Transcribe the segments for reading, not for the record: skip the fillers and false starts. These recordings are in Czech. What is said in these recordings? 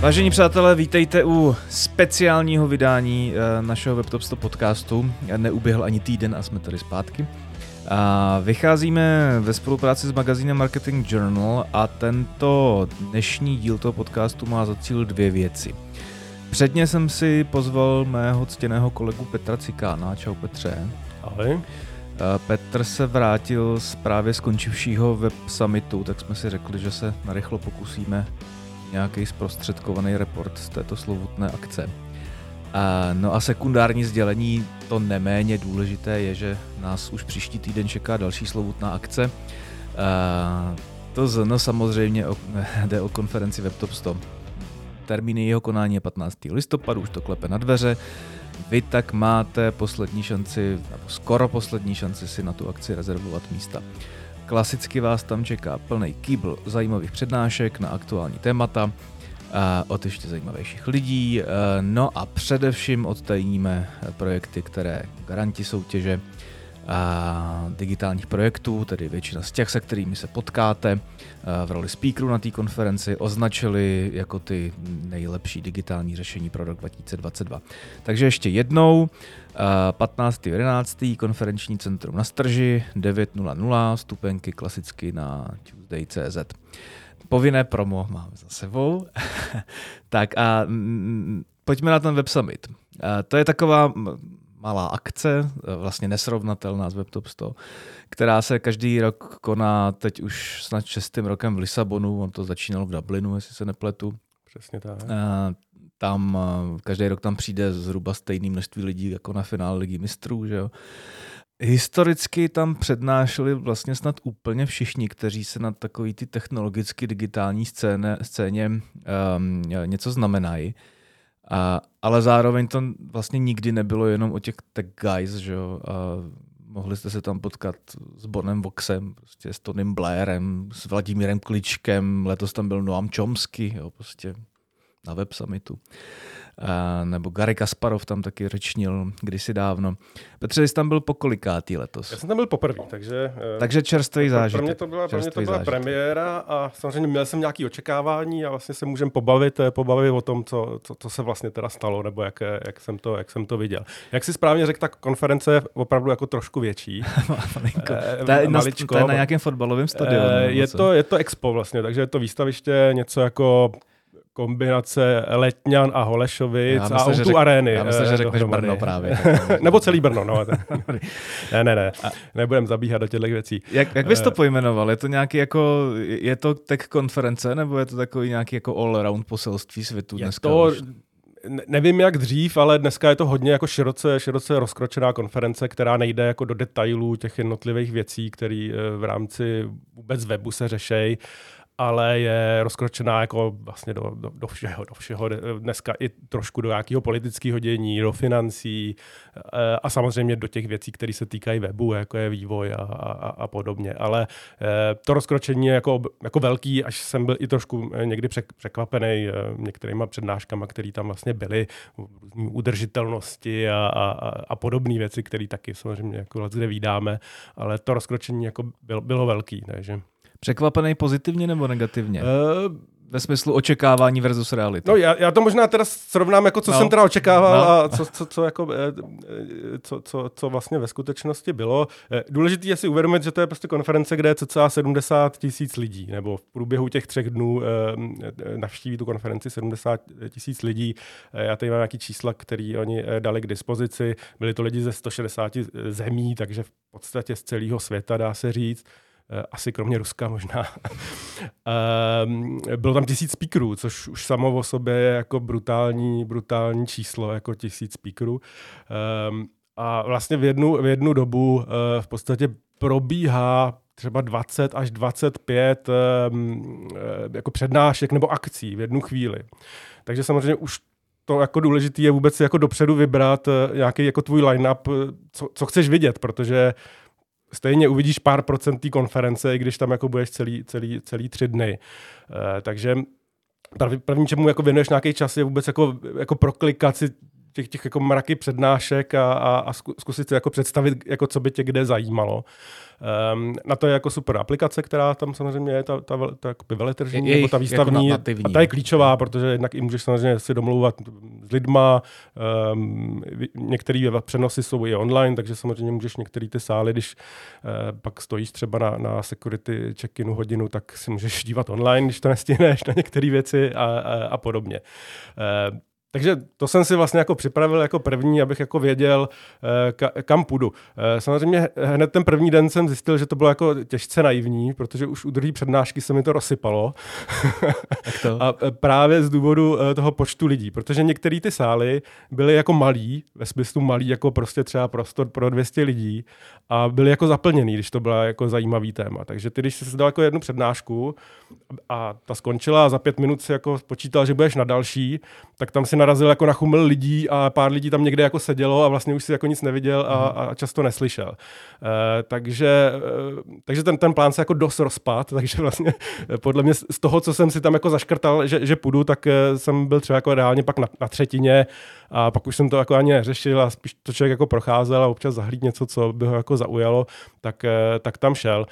Vážení přátelé, vítejte u speciálního vydání našeho WebTop 100 podcastu. Neuběhl ani týden a jsme tady zpátky. A vycházíme ve spolupráci s magazínem Marketing Journal a tento dnešní díl toho podcastu má za cíl dvě věci. Předně jsem si pozval mého ctěného kolegu Petra Cikána. Čau Petře. Ahoj. Petr se vrátil z právě skončivšího Web Summitu, tak jsme si řekli, že se narychlo pokusíme nějaký zprostředkovaný report z této slovutné akce. No a sekundární sdělení, to neméně důležité, je, že nás už příští týden čeká další slovutná akce. To samozřejmě jde o konferenci WebTop 100. Termín jeho konání je 15. listopadu, už to klepe na dveře. Vy tak máte poslední šanci, nebo skoro poslední šanci si na tu akci rezervovat místa. Klasicky vás tam čeká plný kýbl zajímavých přednášek na aktuální témata od ještě zajímavějších lidí. No a především odtajníme projekty, které garanti soutěže digitálních projektů, tedy většina z těch, se kterými se potkáte v roli speakerů na té konferenci, označili jako ty nejlepší digitální řešení pro rok 2022. Takže ještě jednou, 15.11. konferenční centrum na Strži, 9.00, vstupenky klasicky na Tuesday.cz. Povinné promo máme za sebou. Tak a pojďme na ten Web Summit. To je taková malá akce, vlastně nesrovnatelná s WebTop 100, která se každý rok koná teď už snad 6. rokem v Lisabonu, on to začínalo v Dublinu, jestli se nepletu. Přesně tak. Tam každý rok tam přijde zhruba stejné množství lidí jako na finále Ligy mistrů, že jo. Historicky tam přednášeli vlastně snad úplně všichni, kteří se na takový ty technologicky digitální scéně něco znamenají. Ale zároveň to vlastně nikdy nebylo jenom o těch tech guys, že jo. Mohli jste se tam potkat s Bonem Voxem, prostě s Tonym Blairem, s Vladimírem Kličkem, letos tam byl Noam Chomsky, jo, prostě na Web Summitu. Nebo Garry Kasparov tam taky řečnil kdysi dávno. Petře, jsi tam byl po kolikátý letos? Já jsem tam byl poprvé, takže čerstvý zážitek. Pro mě to byla premiéra a samozřejmě měl jsem nějaké očekávání a vlastně se můžeme pobavit o tom, co se vlastně teda stalo, nebo jak jsem to viděl. Jak jsi správně řekl, tak konference je opravdu jako trošku větší. To je na nějakém fotbalovém stadionu. Je to expo vlastně, takže je to výstaviště něco jako kombinace Letňan a Holešovic a O2 Areny. Já myslím, že řekneš Brno právě. Nebo celý Brno. No. Ne. Nebudem zabíhat do těchto věcí. Jak bys to pojmenoval? Je to nějaký jako, je to tech konference, nebo je to takový nějaký jako all-around poselství světu dneska? Nevím jak dřív, ale dneska je to hodně jako široce rozkročená konference, která nejde jako do detailů těch jednotlivých věcí, které v rámci vůbec webu se řešejí, ale je rozkročená jako vlastně do všeho. Dneska i trošku do nějakého politického dění, do financí a samozřejmě do těch věcí, které se týkají webu, jako je vývoj a podobně. Ale to rozkročení je jako velký, až jsem byl i trošku někdy překvapený některýma přednáškama, které tam vlastně byly, udržitelnosti a podobné věci, které taky samozřejmě jako kde vídáme, ale to rozkročení jako bylo velký, takže... Překvapený pozitivně nebo negativně? Ve smyslu očekávání versus reality. No já to možná teda srovnám, jako co jsem teda očekával a co vlastně ve skutečnosti bylo. Důležité je si uvědomit, že to je prostě konference, kde je cca 70 000 lidí, nebo v průběhu těch 3 dnů navštíví tu konferenci 70 000 lidí. Já tady mám nějaký čísla, které oni dali k dispozici. Byli to lidi ze 160 zemí, takže v podstatě z celého světa, dá se říct. Asi kromě Ruska možná. Bylo tam 1000 speakerů, což už samo o sobě je jako brutální číslo, jako 1000 speakerů. A vlastně v jednu dobu v podstatě probíhá třeba 20 až 25 jako přednášek nebo akcí v jednu chvíli. Takže samozřejmě už to jako důležitý je vůbec jako dopředu vybrat nějaký jako tvůj line-up, co chceš vidět, protože stejně uvidíš pár procent té konference, i když tam jako budeš celý 3 dny. Takže první, čemu jako věnuješ nějaký čas, je vůbec jako proklikat si těch jako mraky přednášek a zkusit si jako představit, jako co by tě kde zajímalo. Na to je jako super aplikace, která tam samozřejmě je ta veletržní nebo ta výstavní. Jako a ta je klíčová, protože jednak i můžeš samozřejmě si domlouvat s lidma. Některé přenosy jsou i online, takže samozřejmě můžeš některé ty sály, když pak stojíš třeba na security check-inu hodinu, tak si můžeš dívat online, když to nestihneš na některé věci a podobně. Takže to jsem si vlastně jako připravil jako první, abych jako věděl, kam půjdu. Samozřejmě hned ten první den jsem zjistil, že to bylo jako těžce naivní, protože už u druhé přednášky se mi to rozsypalo. A právě z důvodu toho počtu lidí, protože některé ty sály byly jako malý, ve smyslu malý, jako prostě třeba prostor pro 200 lidí a byly jako zaplněný, když to byla jako zajímavý téma. Takže ty, když jsi dal jako jednu přednášku a ta skončila a za 5 minut si jako počítal, že budeš na další, tak tam si narazil jako na chuml lidí a pár lidí tam někde jako sedělo a vlastně už si jako nic neviděl a často neslyšel. Takže ten plán se jako dost rozpad, takže vlastně podle mě z toho, co jsem si tam jako zaškrtal, že půjdu, tak jsem byl třeba jako reálně pak na třetině a pak už jsem to jako ani neřešil a spíš to člověk jako procházel a občas zahlíd něco, co by ho jako zaujalo, tak tam šel.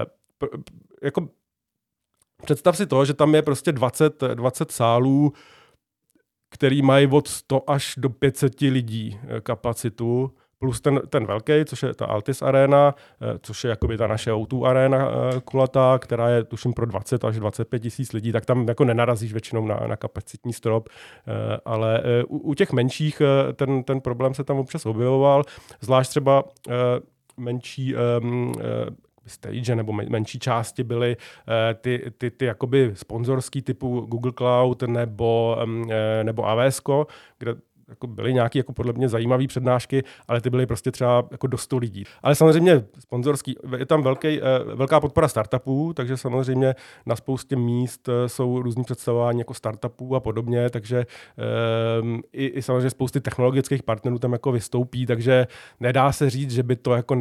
Jako představ si to, že tam je prostě 20 sálů, který mají od 100 až do 500 lidí kapacitu, plus ten velký, což je ta Altis Arena, což je jakoby ta naše O2 Arena kulatá, která je tuším pro 20 až 25 tisíc lidí, tak tam jako nenarazíš většinou na kapacitní strop, ale u těch menších ten problém se tam občas objevoval, zvlášť třeba menší stage nebo menší části byly ty jakoby sponzorský typu Google Cloud nebo AWSko, kde jako byly nějaké jako podle mě zajímavé přednášky, ale ty byly prostě třeba jako do 100 lidí. Ale samozřejmě sponzorský, je tam velká podpora startupů, takže samozřejmě na spoustě míst jsou různý představování jako startupů a podobně, takže i samozřejmě spousty technologických partnerů tam jako vystoupí, takže nedá se říct, že by to jako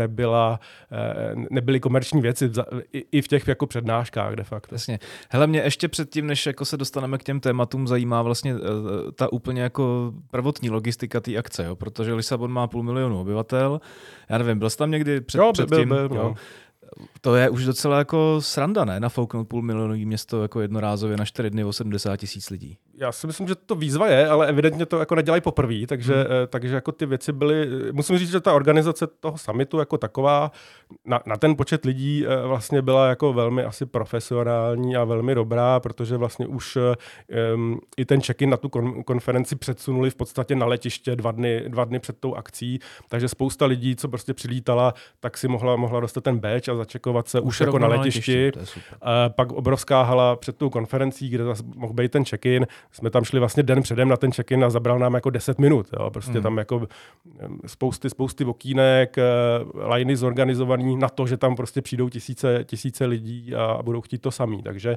nebyly komerční věci i v těch jako přednáškách de facto. Jasně. Hele, mě ještě předtím, než jako se dostaneme k těm tématům, zajímá vlastně ta úplně jako prvotní logistika té akce, jo? Protože Lisabon má 500 000 obyvatel. Já nevím, byl jsi tam někdy předtím? Byl. To je už docela jako sranda, ne? Nafouknout 500 000 město jako jednorázově na 4 dny 80 000 lidí. Já si myslím, že to výzva je, ale evidentně to jako nedělají poprvé, takže jako ty věci byly, musím říct, že ta organizace toho summitu jako taková na ten počet lidí vlastně byla jako velmi asi profesionální a velmi dobrá, protože vlastně už i ten check-in na tu konferenci předsunuli v podstatě na letiště 2 dny před tou akcí, takže spousta lidí, co prostě přilítala, tak si mohla dostat ten badge a začekovat se už jako na letišti. Pak obrovská hala před tou konferencí, kde zase mohl být ten check-in. Jsme tam šli vlastně den předem na ten check-in a zabral nám jako 10 minut. Jo. Prostě tam jako spousty okýnek, liney zorganizovaný na to, že tam prostě přijdou tisíce lidí a budou chtít to samý. Takže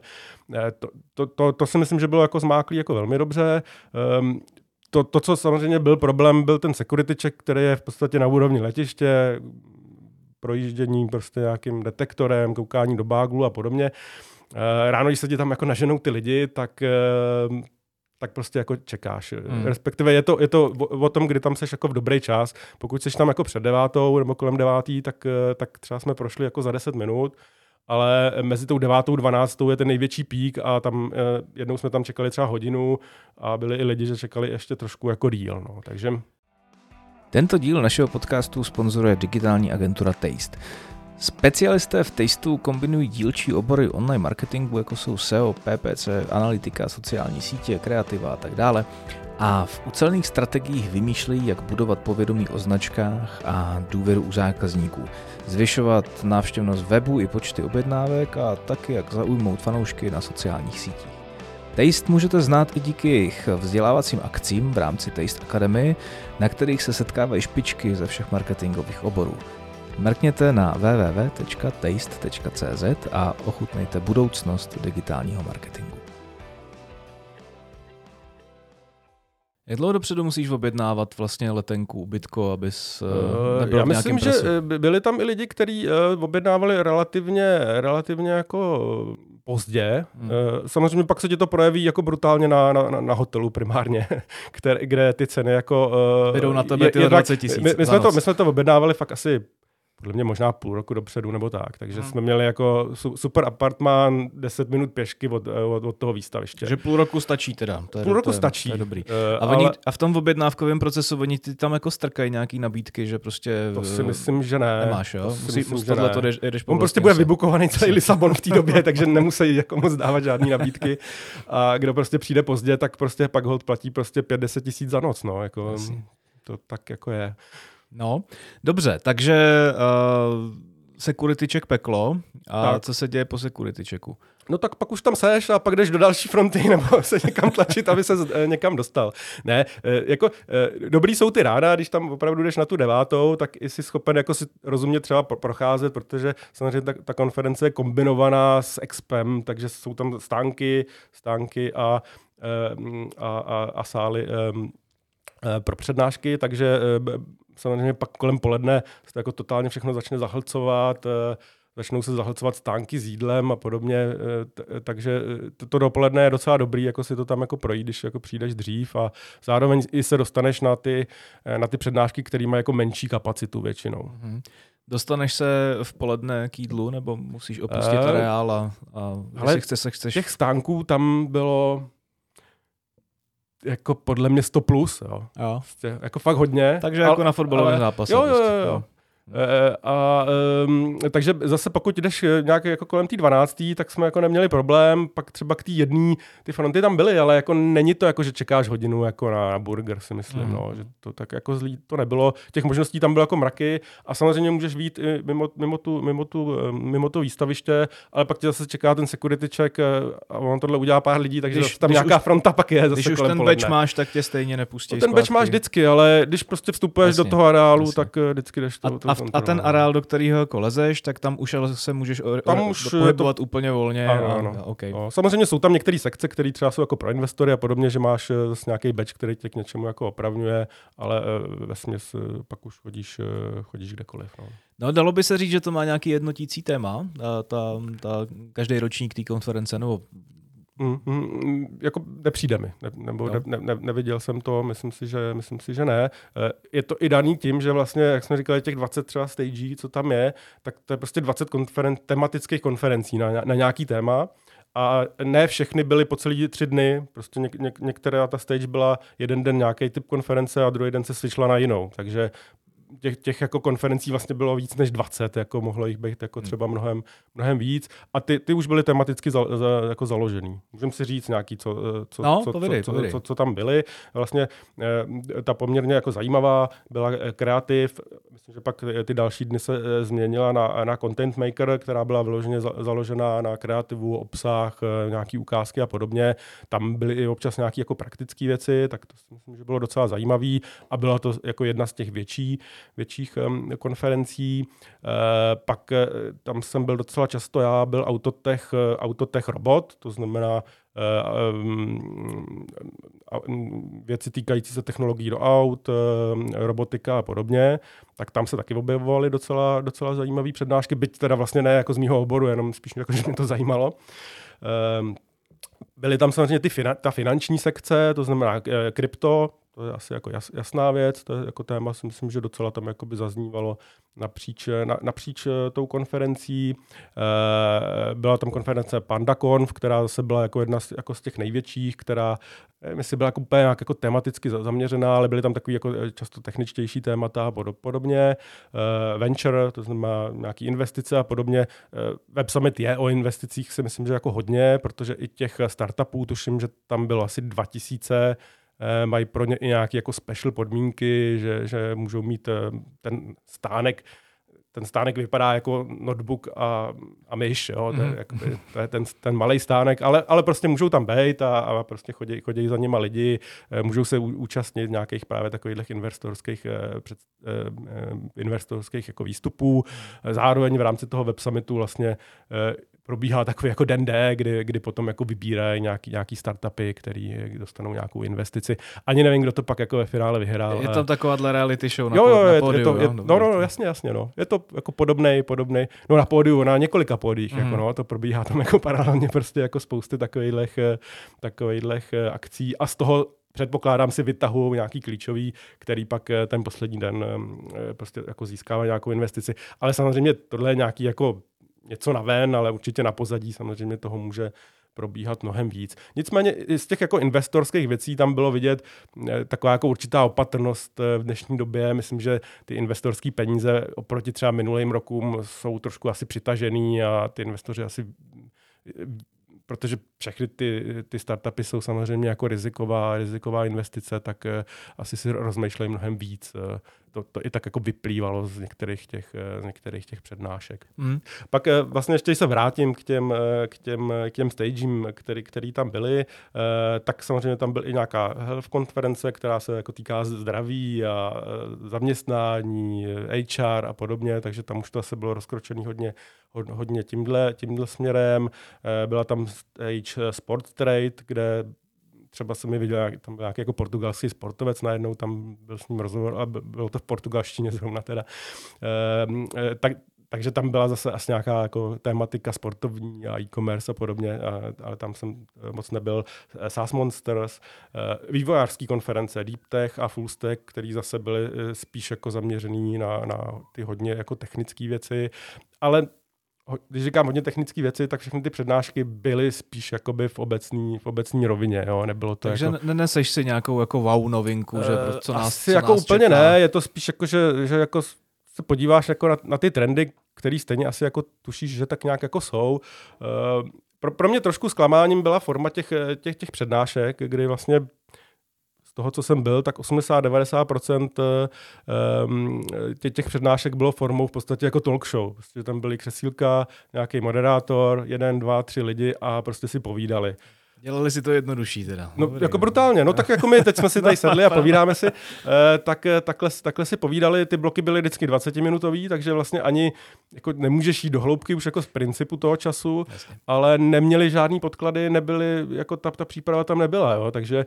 to si myslím, že bylo jako zmáklý jako velmi dobře. To, co samozřejmě byl problém, byl ten security check, který je v podstatě na úrovni letiště, projíždění prostě nějakým detektorem, koukání do báglu a podobně. Ráno, když se ti tam jako naženou ty lidi, tak prostě jako čekáš. Respektive je to o tom, kdy tam seš jako v dobrý čas. Pokud seš tam jako před 9 nebo kolem 9, tak třeba jsme prošli jako za 10 minut, ale mezi tou 9 a 12 je ten největší pík a tam jednou jsme tam čekali třeba hodinu a byli i lidi, že čekali ještě trošku jako díl. No. Takže tento díl našeho podcastu sponzoruje digitální agentura Taste. Specialisté v Tasteu kombinují dílčí obory online marketingu, jako jsou SEO, PPC, analytika, sociální sítě, kreativa a tak dále. A v ucelených strategiích vymýšlejí, jak budovat povědomí o značkách a důvěru u zákazníků, zvyšovat návštěvnost webu i počty objednávek a taky jak zaujmout fanoušky na sociálních sítích. Taste můžete znát i díky jejich vzdělávacím akcím v rámci Taste Academy, na kterých se setkávají špičky ze všech marketingových oborů. Mrkněte na www.taste.cz a ochutnejte budoucnost digitálního marketingu. Jak dlouho dopředu musíš objednávat vlastně letenku, ubytko, abys nebyl já v nějakém myslím, presu? že byli tam i lidi, kteří objednávali relativně jako pozdě. Samozřejmě pak se ti to projeví jako brutálně na hotelu primárně, kde ty ceny jako... Jdou na tebe ty 20 000 my jsme to objednávali fakt asi podle mě možná půl roku dopředu nebo tak, takže jsme měli jako super apartmán, 10 minut pěšky od toho výstaviště. Takže půl roku stačí teda. Půl roku stačí. To je dobrý. A v tom objednávkovém procesu oni ty tam jako strkají nějaký nabídky, že prostě... To si myslím, že ne. Nemáš, jo? On prostě bude vybukovaný celý Lisabon v té době, takže nemusí jako moc dávat žádný nabídky. A kdo prostě přijde pozdě, tak prostě pak holt platí prostě 5-10 tisíc za noc, no, jako to tak jako je. No, dobře, takže security check peklo. A tak. Co se děje po security checku? No tak pak už tam seš a pak jdeš do další fronty nebo se někam tlačit, aby se někam dostal. Ne, jako dobrý jsou ty rána, když tam opravdu jdeš na tu 9, tak jsi schopen jako si rozumně třeba procházet, protože samozřejmě ta konference je kombinovaná s expem, takže jsou tam stánky a sály pro přednášky, takže samozřejmě pak kolem poledne se to jako totálně všechno začne zahlcovat, začnou se zahlcovat stánky s jídlem a podobně, takže to dopoledne je docela dobrý, jako si to tam jako projít, když jako přijdeš dřív a zároveň i se dostaneš na ty přednášky, které mají jako menší kapacitu většinou. Mm-hmm. Dostaneš se v poledne k jídlu, nebo musíš opustit areál a chceš? Těch stánků tam bylo jako podle mě 100 plus, jo. Jako fakt hodně. Takže jako na fotbalovém zápase. Jo. Takže zase pokud jdeš nějak jako kolem té 12, tak jsme jako neměli problém, pak třeba k té jedné, ty fronty tam byly, ale jako není to jako, že čekáš hodinu jako na burger, si myslím, no, že to tak jako zlý to nebylo. Těch možností tam bylo jako mraky a samozřejmě můžeš vyjít i mimo to výstaviště, ale pak tě zase čeká ten security check a on tohle udělá pár lidí, takže tam nějaká fronta pak je zase když kolem už ten poledne. badge máš, tak tě stejně nepustí. Ten badge máš vždycky, ale když prostě vstupuješ do toho areálu, tak vždycky jdeš to. A ten areál, do kterého jako lezeš, tak tam už se můžeš pohybovat úplně volně. Ano. Okay. No, samozřejmě jsou tam některé sekce, které třeba jsou jako pro investory a podobně, že máš zase nějaký badge, který tě k něčemu jako opravňuje, ale vesměs pak už chodíš kdekoliv. No, dalo by se říct, že to má nějaký jednotící téma, ta každý ročník té konference, nebo jako nepřijde mi, neviděl jsem to, myslím si, že ne. Je to i daný tím, že vlastně, jak jsme říkali, těch 20 třeba stagí, co tam je, tak to je prostě 20 tematických konferencí na nějaký téma. A ne všechny byly po celý 3 dny, prostě některá ta stage byla jeden den nějaký typ konference a druhý den se switchla na jinou, takže těch jako konferencí vlastně bylo víc než 20, jako mohlo jich být jako třeba mnohem víc a ty už byly tematicky jako založený. Můžeme si říct nějaký, co tam byly. Vlastně ta poměrně jako zajímavá byla kreativ, myslím, že pak ty další dny se změnila na Content Maker, která byla vyloženě založená na kreativu, obsah, nějaký ukázky a podobně. Tam byly i občas nějaké jako praktické věci, tak to si myslím, že bylo docela zajímavý a byla to jako jedna z těch větších konferencí. Pak tam jsem byl docela často, já byl Autotech robot, to znamená věci týkající se technologií do aut, robotika a podobně, tak tam se taky objevovaly docela zajímavé přednášky, byť teda vlastně ne jako z mýho oboru, jenom spíš jako, že mě to zajímalo. Byly tam samozřejmě ta finanční sekce, to znamená krypto, to je asi jako jasná věc, to je jako téma, si myslím, že docela tam jakoby zaznívalo napříč tou konferencí. Byla tam konference PandaConf, která zase byla jako jedna z těch největších, která myslím, byla úplně nějak jako tematicky zaměřená, ale byly tam takový jako často techničtější témata a podobně. Venture, to znamená nějaký investice a podobně. Web Summit je o investicích, si myslím, že jako hodně, protože i těch startupů, tuším, že tam bylo asi 2000, mají pro ně i nějaké jako special podmínky, že můžou mít ten stánek vypadá jako notebook a myš, jo? To je ten malej stánek, ale prostě můžou tam být a prostě chodí za nima lidi, můžou se účastnit nějakých právě takových investorských jako výstupů. Zároveň v rámci toho Web Summitu vlastně probíhá takový jako den D, kdy potom jako vybírají nějaký startupy, který dostanou nějakou investici. Ani nevím, kdo to pak jako ve finále vyhrál. Je tam takováhle reality show na pódiu. Jasně. No. Je to jako podobnej, no na pódiu, na několika pódiích, jako no, to probíhá tam jako paralelně prostě jako spousty takovejhlech akcí a z toho předpokládám si vytahu nějaký klíčový, který pak ten poslední den prostě jako získává nějakou investici. Ale samozřejmě tohle je nějaký jako něco na ven, ale určitě na pozadí samozřejmě toho může probíhat mnohem víc. Nicméně z těch jako investorských věcí tam bylo vidět taková jako určitá opatrnost v dnešní době. Myslím, že ty investorské peníze oproti třeba minulým rokům jsou trošku asi přitažený a ty investoři asi, protože všechny ty startupy jsou samozřejmě jako riziková investice, tak asi si rozmýšlejí mnohem víc. To i tak jako vyplývalo z některých těch přednášek. Pak vlastně ještě se vrátím k těm stagem, který tam byly, tak samozřejmě tam byl i nějaká health konference, která se jako týká zdraví a zaměstnání, HR a podobně, takže tam už to asi bylo rozkročený hodně tímhle směrem. Byla tam stage Sport Trade, kde třeba jsem mi viděl, tam byl nějaký jako portugalský sportovec, najednou tam byl s ním rozhovor a bylo to v portugalštině zrovna teda. Takže tam byla zase asi nějaká jako tématika sportovní a e-commerce a podobně, ale tam jsem moc nebyl. SaaS Monsters, vývojářský konference Deep Tech a Full Stack, který zase byly spíš jako zaměřený na ty hodně jako technické věci, ale když říkám hodně technické věci, tak všechny ty přednášky byly spíš jakoby v obecní rovině, jo, nebylo to. Takže jako neneseš si nějakou jako wow novinku, že co nás asi jako nás úplně čeká. Ne, je to spíš jako, že jako se podíváš jako na ty trendy, který stejně asi jako tušíš, že tak nějak jako jsou. Pro mě trošku zklamáním byla forma těch přednášek, kdy vlastně z toho, co jsem byl, tak 80-90% těch přednášek bylo formou v podstatě jako talk show. Prostě tam byly křesílka, nějaký moderátor, 1, 2, 3 lidi a prostě si povídali. Dělali si to jednodušší teda. No, jako brutálně. No tak jako my teď jsme si tady sedli a povídáme si, tak takhle si povídali. Ty bloky byly vždycky 20-minutový, takže vlastně ani jako nemůžeš jít do hloubky už jako z principu toho času, jasně. Ale neměli žádný podklady, nebyly, jako ta příprava tam nebyla, jo, takže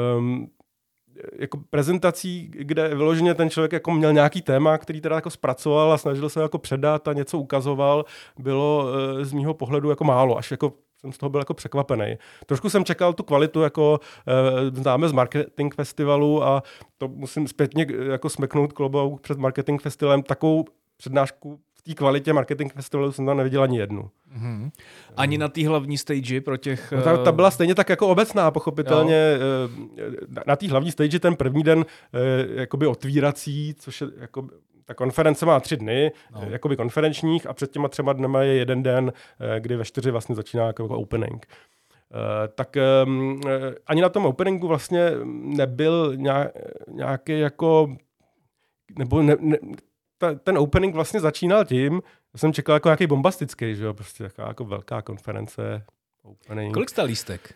jako prezentací, kde vyloženě ten člověk jako měl nějaký téma, který teda jako zpracoval a snažil se jako předat a něco ukazoval, bylo z mýho pohledu jako málo, až jako jsem z toho byl jako překvapený. Trošku jsem čekal tu kvalitu, jako známe z Marketing Festivalu a to musím zpětně jako smeknout klobouk před Marketing Festivalem. Takovou přednášku v té kvalitě Marketing Festivalu jsem tam neviděl ani jednu. Mm-hmm. Ani na té hlavní stage pro těch... No, ta byla stejně tak jako obecná, pochopitelně. Na té hlavní stage ten první den jakoby otvírací, což je jako... Ta konference má 3 dny, jakoby konferenčních a před těma 3 dnema je jeden den, kdy ve 4 vlastně začíná jako opening. Tak ani na tom openingu vlastně nebyl nějaký jako... Nebo ten opening vlastně začínal tím, že jsem čekal jako nějaký bombastický, že jo, prostě taková jako velká konference, opening. Kolik stál lístek?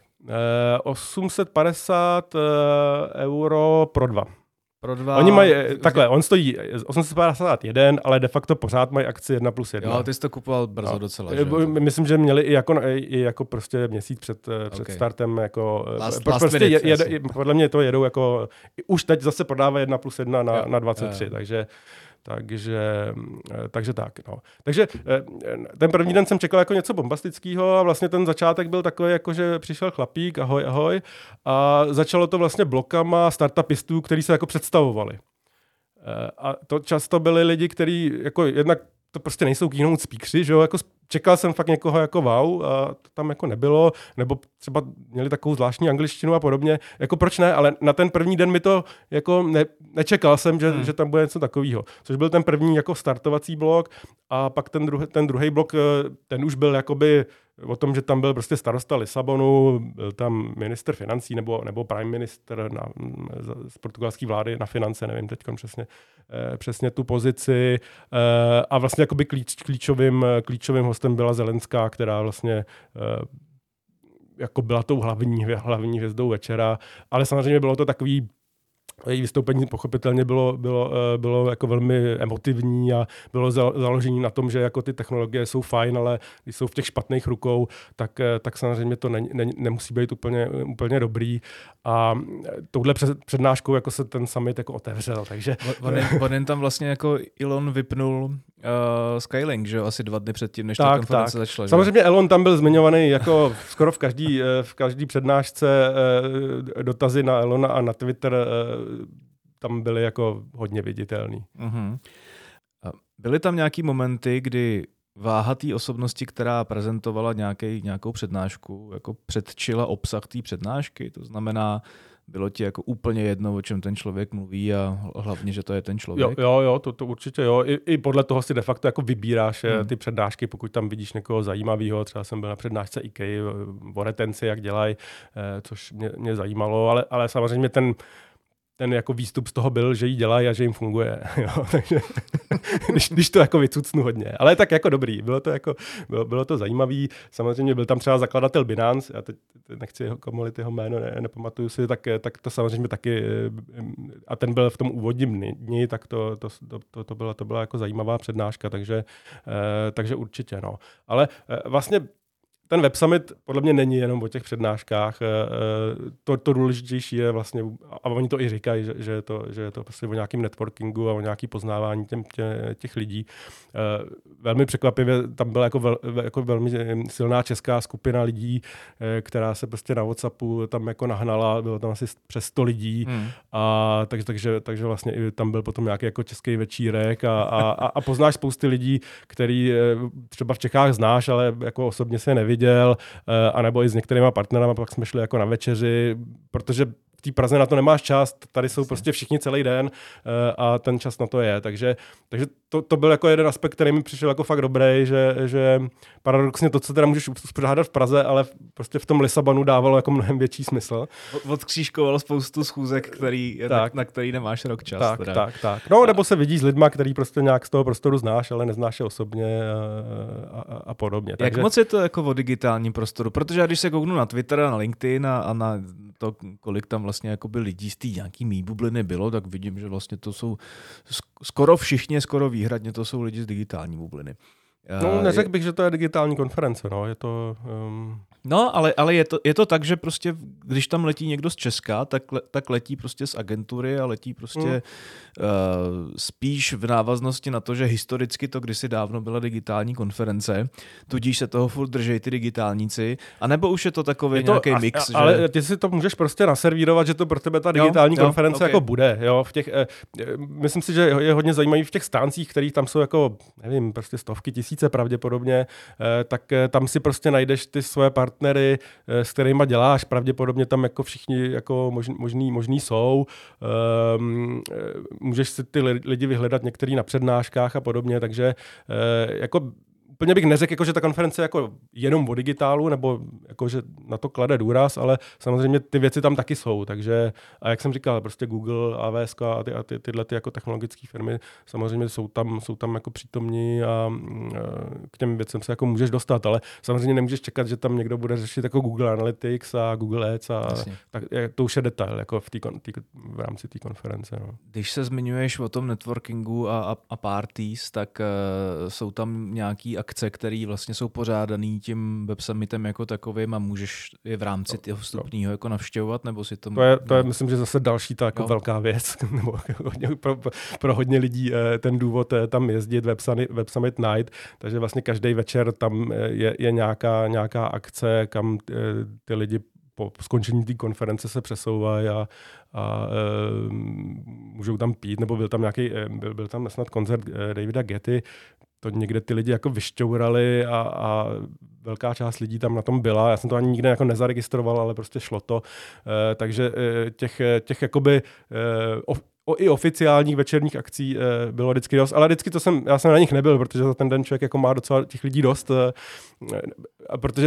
850 euro pro 2. Pro 2. Oni mají, takhle, on stojí 851, ale de facto pořád mají akci 1+1. Jo, ty jsi to kupoval brzo docela, že? Myslím, že měli i jako prostě měsíc před startem, jako... prostě podle mě to jedou jako... Už teď zase prodávají 1+1 na 23, takže tak. No. Takže ten první den jsem čekal jako něco bombastického a vlastně ten začátek byl takový, jako že přišel chlapík, ahoj, a začalo to vlastně blokama startupistů, kteří se jako představovali. A to často byli lidi, kteří jako jednak to prostě nejsou keynote speakeři, že jo, jako čekal jsem fakt někoho jako wow a to tam jako nebylo, nebo třeba měli takovou zvláštní angličtinu a podobně, jako proč ne, ale na ten první den mi to jako nečekal jsem, že tam bude něco takového, což byl ten první jako startovací blok a pak ten druhý blok, ten už byl jakoby o tom, že tam byl prostě starosta Lisabonu, byl tam ministr financí nebo prime minister z portugalské vlády na finance, nevím teď přesně tu pozici a vlastně jakoby klíčovým hostem byla Zelenská, která vlastně jako byla tou hlavní hvězdou večera, ale samozřejmě bylo to takový Její vystoupení pochopitelně bylo jako velmi emotivní a bylo založené na tom, že jako ty technologie jsou fajn, ale když jsou v těch špatných rukou, tak samozřejmě to nemusí být úplně dobrý. A touhle přednáškou jako se ten summit jako otevřel. Takže... On jen tam vlastně jako Elon vypnul Skylink, že jo, asi 2 dny předtím, než ta konference začala. Samozřejmě Elon tam byl zmiňovaný jako skoro v každý přednášce. Dotazy na Elona a na Twitter tam byly jako hodně viditelný. Uh-huh. Byly tam nějaký momenty, kdy váha té osobnosti, která prezentovala nějakou přednášku, jako předčila obsah té přednášky? To znamená, bylo ti jako úplně jedno, o čem ten člověk mluví a hlavně, že to je ten člověk? Jo, to určitě jo. I podle toho si de facto jako vybíráš ty přednášky, pokud tam vidíš někoho zajímavého. Třeba jsem byl na přednášce IKEA o retenci, jak dělají, což mě zajímalo, ale samozřejmě ten jako výstup z toho byl, že jí dělají a že jim funguje. Jo, takže když to jako vycucnu hodně. Ale tak jako dobrý, bylo to zajímavý. Samozřejmě byl tam třeba zakladatel Binance, já teď nechci komolit jeho jméno, nepamatuju si, tak to samozřejmě taky, a ten byl v tom úvodním dni, tak to byla jako zajímavá přednáška, takže určitě. No. Ale vlastně ten Web Summit podle mě není jenom o těch přednáškách. To důležitější je vlastně, a oni to i říkají, že je to prostě o nějakém networkingu a o nějakém poznávání těch lidí. Velmi překvapivě tam byla jako velmi silná česká skupina lidí, která se prostě na WhatsAppu tam jako nahnala, bylo tam asi přes 100 lidí, a takže vlastně i tam byl potom nějaký jako český večírek a poznáš spousty lidí, který třeba v Čechách znáš, ale jako osobně se neviděl, anebo i s některýma partnerama, pak jsme šli jako na večeři, protože v té Praze na to nemáš čas, tady jsou prostě všichni celý den a ten čas na to je, takže to byl jako jeden aspekt, který mi přišel jako fakt dobrý, že paradoxně to, co teda můžeš uspořádat v Praze, ale prostě v tom Lisabonu dávalo jako mnohem větší smysl. Odkřížkovalo spoustu schůzek, na který nemáš rok čas. Tak. No, nebo se vidíš s lidma, který prostě nějak z toho prostoru znáš, ale neznáš je osobně a podobně. Jak moc je to jako o digitálním prostoru? Protože když se kouknu na Twitter a na LinkedIn a na to, kolik tam vlastně jakoby lidí z té nějaký mý bubliny bylo, tak vidím, že vlastně to jsou skoro výhradně to jsou lidi z digitální bubliny. No, neřekl bych, že to je digitální konference, no, je to... No, ale je to tak, že prostě, když tam letí někdo z Česka, tak letí prostě z agentury a letí prostě spíš v návaznosti na to, že historicky to kdysi dávno byla digitální konference, tudíž se toho furt držej ty digitálníci, anebo už je to takový nějaký mix. Ale ty si to můžeš prostě naservírovat, že to pro tebe ta digitální konference jako bude. Jo? Myslím si, že je hodně zajímavý v těch stáncích, kterých tam jsou jako, nevím, prostě stovky, tisíce pravděpodobně, tak tam si prostě najdeš ty svoje partnery, s kterýma děláš, pravděpodobně tam jako všichni jako možný jsou. Můžeš si ty lidi vyhledat některý na přednáškách a podobně, takže jako úplně bych neřekl, jako, že ta konference je jako jenom o digitálu, nebo jako, že na to klade důraz, ale samozřejmě ty věci tam taky jsou. Takže, a jak jsem říkal, prostě Google, AWS a tyhle ty jako technologické firmy samozřejmě jsou tam jako přítomní a k těm věcem se jako můžeš dostat, ale samozřejmě nemůžeš čekat, že tam někdo bude řešit jako Google Analytics a Google Ads a tak, to už je detail jako v rámci té konference. No. Když se zmiňuješ o tom networkingu a parties, tak jsou tam nějaký akce, které vlastně jsou pořádaný tím Web Summitem jako takovým a můžeš je v rámci toho vstupního jako navštěvovat, nebo si to... To je, myslím, že zase další ta jako velká věc, nebo pro hodně lidí ten důvod tam jezdit Web Summit Night, takže vlastně každý večer tam je nějaká akce, kam ty lidi po skončení té konference se přesouvají a můžou tam pít, nebo byl tam snad koncert Davida Getty, to někde ty lidi jako vyšťourali a velká část lidí tam na tom byla. Já jsem to ani nikde jako nezaregistroval, ale prostě šlo to. Takže těch jakoby i oficiálních večerních akcí bylo vždycky dost, ale vždycky já jsem na nich nebyl, protože za ten den člověk jako má docela těch lidí dost, protože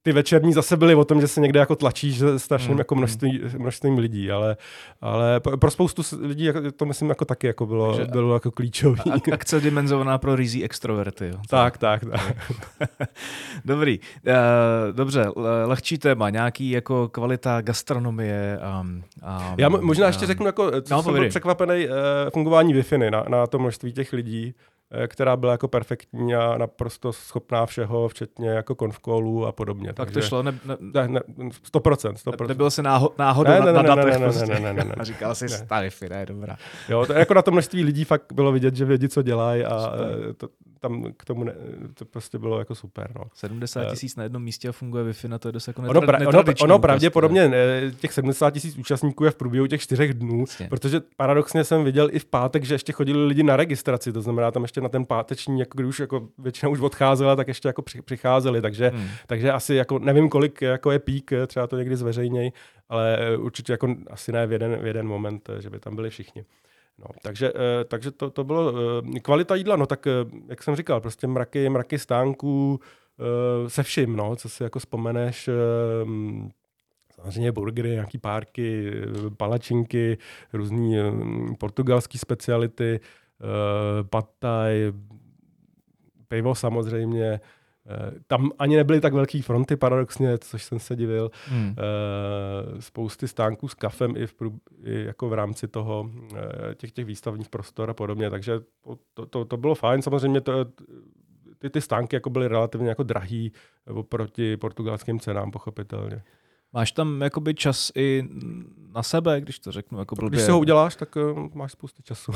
ty večerní zase byly o tom, že se někde jako tlačíš s strašným jako množstvím lidí, ale pro spoustu lidí to myslím jako taky jako bylo jako klíčový. Akce dimenzovaná pro rizí extroverty. Jo. Tak. Dobrý. Dobře, lehčí téma, nějaký jako kvalita gastronomie. Já možná ještě řeknu, jako, co jsem byl překvapený fungování Wi-Fi na to množství těch lidí, která byla jako perfektní a naprosto schopná všeho, včetně jako konfkólů a podobně. Tak to šlo? Ne, 100%. Nebyl jsi náhodou na datech prostě. A říkal jsi, Wi-Fi, ne, dobrá. Jo, to jako na to množství lidí fakt bylo vidět, že vědí, co dělají a tam k tomu to prostě bylo jako super. No. 70 000 na jednom místě a funguje Wi-Fi, na to je dost jako Ono pravděpodobně těch 70 000 účastníků je v průběhu těch 4 dnů, protože paradoxně jsem viděl i v pátek, že ještě chodili lidi na registraci, to znamená tam ještě na ten páteční, jako když už jako většina už odcházela, tak ještě jako přicházeli, takže asi jako nevím, kolik jako je pík, třeba to někdy zveřejněj, ale určitě jako asi ne v jeden moment, že by tam byli všichni. No, takže to bylo kvalita jídla, no tak jak jsem říkal, prostě mraky stánků se vším, no, co si jako vzpomeneš, samozřejmě burgery, nějaký párky, palačinky, různý portugalský speciality, pad thai, pivo samozřejmě. Tam ani nebyly tak velký fronty, paradoxně, což jsem se divil. Spousty stánků s kafem i jako v rámci toho těch výstavních prostor a podobně, takže to bylo fajn. Samozřejmě ty stánky jako byly relativně jako drahý oproti portugalským cenám, pochopitelně. Máš tam jakoby čas i na sebe, když to řeknu jako blbě? Když se ho uděláš, tak máš spoustu času.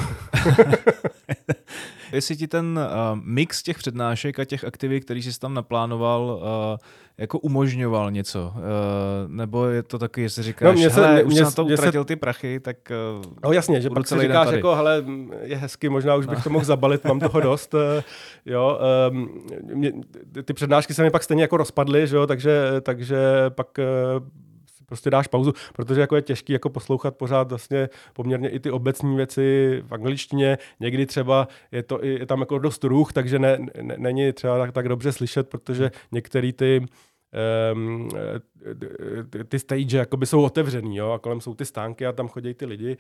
Jestli ti ten mix těch přednášek a těch aktivit, který jsi tam naplánoval, jako umožňoval něco? Nebo je to taky, jestli říkáš, už jsem na to utratil ty prachy, tak no jasně, že pak si říkáš, jako, hele, je hezky, možná už bych to mohl zabalit, mám toho dost. Jo, ty přednášky se mi pak stejně jako rozpadly, že jo, takže pak prostě dáš pauzu, protože jako je těžký jako poslouchat pořád vlastně poměrně i ty obecní věci v angličtině, někdy třeba je tam jako dost ruch, takže není třeba tak dobře slyšet, protože některý ty stage jakoby jsou otevřený, jo, a kolem jsou ty stánky a tam chodí ty lidi,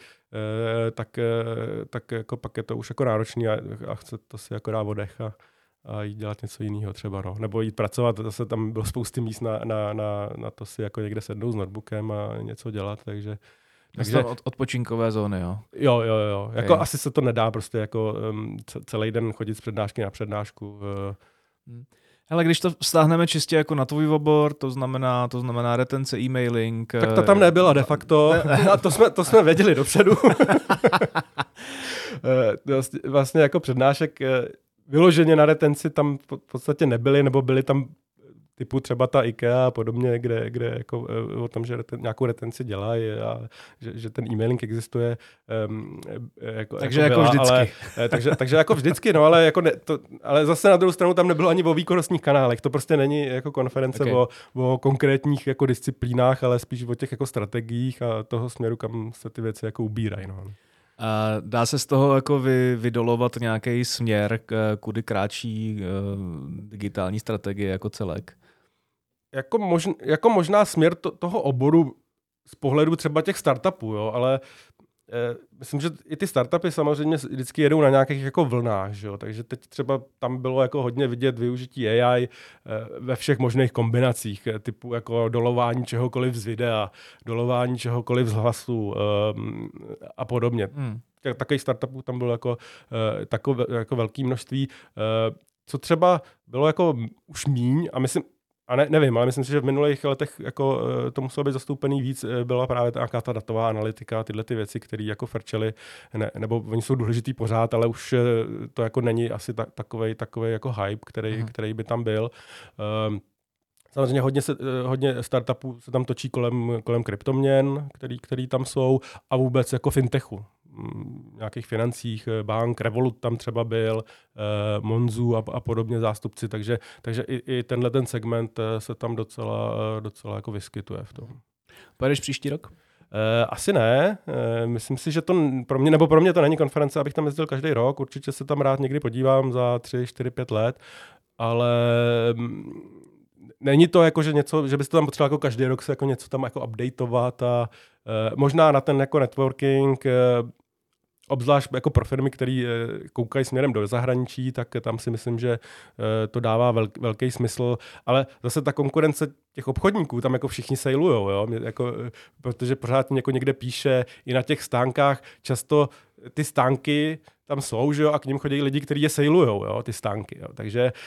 tak jako pak je to už jako náročný a chce to si jako dát oddech a jít dělat něco jiného třeba, no. Nebo jít pracovat, zase tam bylo spousty míst na to si jako někde sednout s notebookem a něco dělat, takže odpočinkové zóny, jo? Jo. Jako asi se to nedá prostě jako celý den chodit z přednášky na přednášku. Hele, když to vztáhneme čistě jako na tvůj obor, to znamená retence, e-mailing. Tak ta tam nebyla de facto. A to jsme věděli dopředu. Vlastně jako přednášek vyloženě na retenci tam v podstatě nebyly, nebo byly tam typu třeba ta IKEA a podobně, kde jako o tom, že nějakou retenci dělají a že ten e-mailing existuje. Takže jako vždycky. Takže jako vždycky, no, ale, jako ale zase na druhou stranu tam nebylo ani o výkonnostních kanálech. To prostě není jako konference o konkrétních jako disciplínách, ale spíš o těch jako strategiích a toho směru, kam se ty věci jako ubírají. No. A dá se z toho jako vydolovat nějaký směr, kudy kráčí digitální strategie jako celek? Jako možná směr toho oboru z pohledu třeba těch startupů, jo, ale myslím, že i ty startupy samozřejmě vždycky jedou na nějakých jako vlnách, že jo? Takže teď třeba tam bylo jako hodně vidět využití AI ve všech možných kombinacích, typu jako dolování čehokoliv z videa, dolování čehokoliv z hlasu a podobně. Takových startupů tam bylo jako velké množství. Co třeba bylo jako už míň, a myslím, nevím, ale myslím si, že v minulých letech jako to muselo být zastoupený víc, byla právě nějaká ta datová analytika, tyhle ty věci, které jako frčely, nebo oni jsou důležitý pořád, ale už to jako není asi takovej jako hype, který by tam byl. Samozřejmě hodně startupů se tam točí kolem kryptoměn, který tam jsou, a vůbec jako fintechu. Nějakých financích, bank, Revolut tam třeba byl, Monzu a podobně zástupci, takže i tenhle ten segment se tam docela jako vyskytuje v tom. Pojedeš příští rok? Asi ne. Myslím si, že to pro mě to není konference, abych tam jezdil každý rok. Určitě se tam rád někdy podívám za 3, 4, 5 let, ale není to jako, že něco, že byste tam potřeboval jako každý rok se jako něco tam jako updateovat a možná na ten jako networking, obzvlášť jako pro firmy, které koukají směrem do zahraničí, tak tam si myslím, že to dává velký smysl, ale zase ta konkurence těch obchodníků, tam jako všichni sejlujou, jo? Jako, protože pořád jako někde píše i na těch stánkách, často ty stánky tam jsou, že jo, a k ním chodí lidi, kteří je sejlujou, jo, ty stánky, jo.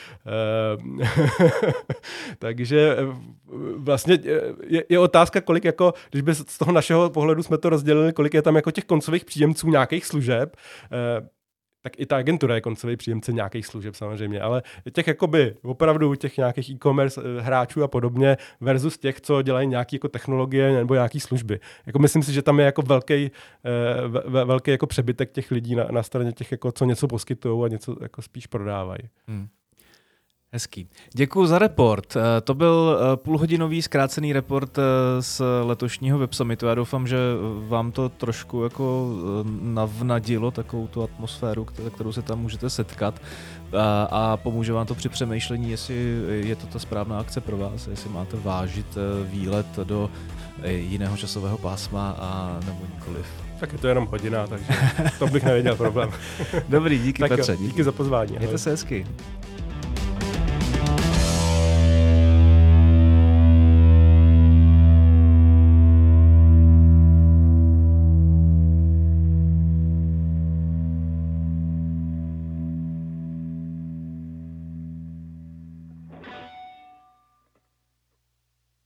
Takže vlastně je otázka, kolik jako, když by z toho našeho pohledu jsme to rozdělili, kolik je tam jako těch koncových příjemců nějakých služeb, tak i ta agentura je koncový příjemce nějakých služeb samozřejmě, ale těch jakoby opravdu těch nějakých e-commerce hráčů a podobně versus těch, co dělají nějaké jako technologie nebo nějaké služby. Jako myslím si, že tam je jako velký jako přebytek těch lidí na straně těch, jako, co něco poskytují a něco jako spíš prodávají. Hezký. Děkuji za report. To byl půlhodinový zkrácený report z letošního Web Summitu. Já doufám, že vám to trošku jako navnadilo takovou tu atmosféru, kterou se tam můžete setkat a pomůže vám to při přemýšlení, jestli je to ta správná akce pro vás, jestli máte vážit výlet do jiného časového pásma a nebo nikoliv. Tak je to jenom hodina, takže to bych nevěděl problém. Dobrý, díky Petře. Díky za pozvání. Mějte se hezky.